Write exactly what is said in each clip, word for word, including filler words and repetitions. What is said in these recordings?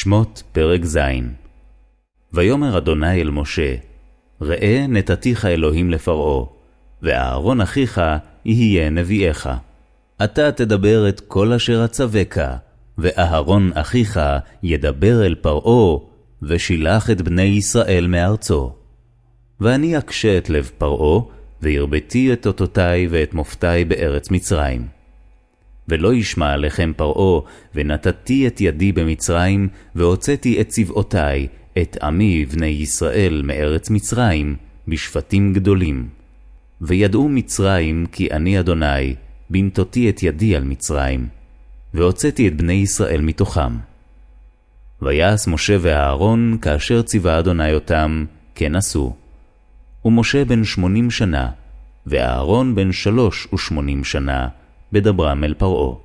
שמות פרק ז'. ויאמר אדוני אל משה, ראה נתתיך אלוהים לפרעה, ואהרון אחיך יהיה נביאך. אתה תדבר את כל אשר אצווך, ואהרון אחיך ידבר אל פרעה, ושילח את בני ישראל מארצו. ואני אקשה את לב פרעה, והרביתי את אותותי ואת מופתי בארץ מצרים. ולא ישמע עליכם פרעה, ונתתי את ידי במצרים, והוצאתי את צבאותי, את עמי בני ישראל מארץ מצרים, בשפטים גדולים. וידעו מצרים כי אני אדוני, בנתותי את ידי על מצרים, והוצאתי את בני ישראל מתוכם. ויעש משה ואהרון כאשר ציווה אדוני אותם, כן עשו. ומשה בן שמונים שנה, ואהרון בן שלוש ושמונים שנה, בדברם אל פרעה.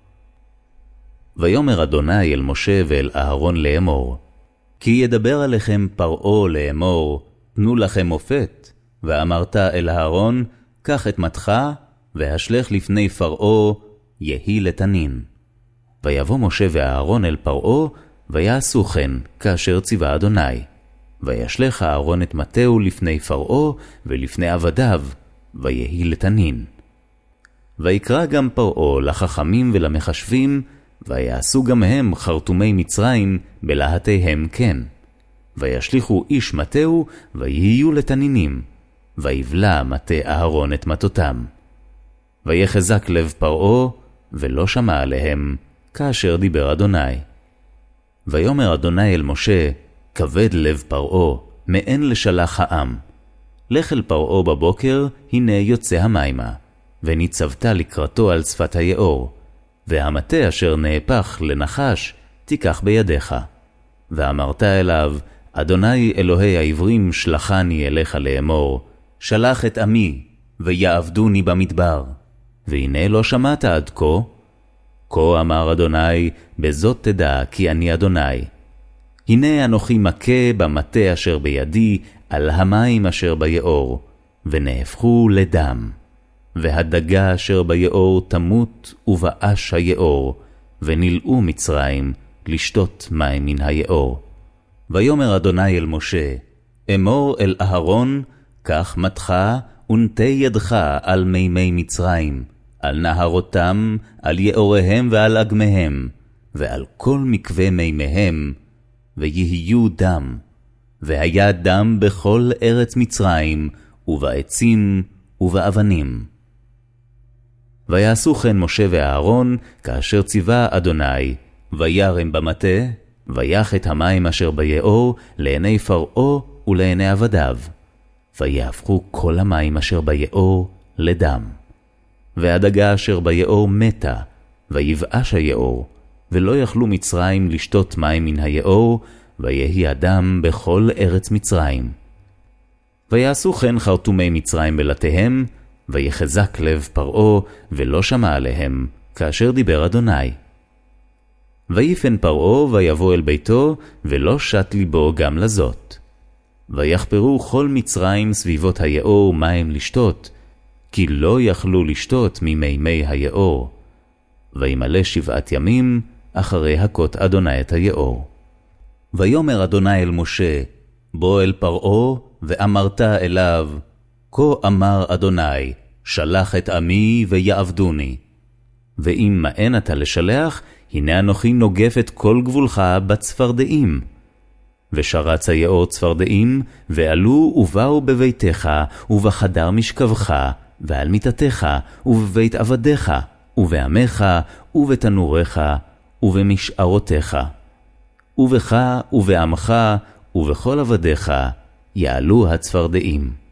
ויאמר אדוני אל משה ואל אהרון לאמור, כי ידבר עליכם פרעה לאמור, תנו לכם מופת, ואמרת אל אהרון, קח את מתך, והשלך לפני פרעה, יהי לתנין. ויבוא משה ואהרון אל פרעה, ויעשו כן, כאשר ציווה אדוני. וישלך אהרון את מטהו לפני פרעה, ולפני עבדיו, ויהי לתנין. ויקרא גם פרעה לחכמים ולמחשבים, ויעשו גם הם חרטומי מצרים בלהטיהם כן. וישליכו איש מטהו, ויהיו לתנינים, ויבלע מטה אהרון את מטותם. ויחזק לב פרעה, ולא שמע עליהם, כאשר דיבר אדוני. ויאמר אדוני אל משה, כבד לב פרעה, מאין לשלח העם. לך אל פרעה בבוקר, הנה יוצא המימה, וניצבת לקראתו על שפת היאור, והמטה אשר נהפך לנחש תיקח בידיך. ואמרת אליו, אדוני אלוהי העברים שלחני אליך לאמור, שלח את עמי, ויעבדוני במדבר. והנה לא שמעת עד כה. כה אמר אדוני, בזאת תדע כי אני אדוני. הנה אנוכי מכה במטה אשר בידי, על המים אשר ביאור, ונהפכו לדם. והדגה אשר ביאור תמות ובאש היאור, ונלאו מצרים לשתות מים מן היאור. ויאמר אדוני אל משה, אמור אל אהרון, קח מתך ונטה ידך על מימי מצרים, על נהרותם, על יאוריהם ועל אגמיהם, ועל כל מקווה מימיהם, ויהיו דם. והיה דם בכל ארץ מצרים, ובעצים ובאבנים. ויעשו כן משה ואהרון, כאשר ציווה אדוני, וירם במטה, ויח את המים אשר ביאור, לעיני פרעה ולעיני עבדיו. ויהפכו כל המים אשר ביאור לדם. והדגה אשר ביאור מתה, ויבאש היאור, ולא יכלו מצרים לשתות מים מן היאור, ויהי הדם בכל ארץ מצרים. ויעשו כן חרטומי מצרים בלתיהם, ויחזק לב פרעה, ולא שמע עליהם, כאשר דיבר אדוני. ויפן פרעה ויבוא אל ביתו, ולא שת ליבו גם לזאת. ויחפרו כל מצרים סביבות היאור מים לשתות, כי לא יכלו לשתות ממימי היאור. וימלא שבעת ימים אחרי הכות אדוני את היאור. ויאמר אדוני אל משה, בוא אל פרעה, ואמרת אליו, כה אמר אדוני, שלח את עמי ויעבדוני. ואם מאן אתה לשלח, הנה אנוכי נוגף את כל גבולך בצפרדעים. ושרץ היאור צפרדעים, ועלו ובאו בביתך, ובחדר משכבך, ועל מיטתך, ובבית עבדיך, ובעמך, ובתנוריך, ובמשערותיך. ובך ובעמך, ובכל עבדיך, יעלו הצפרדעים.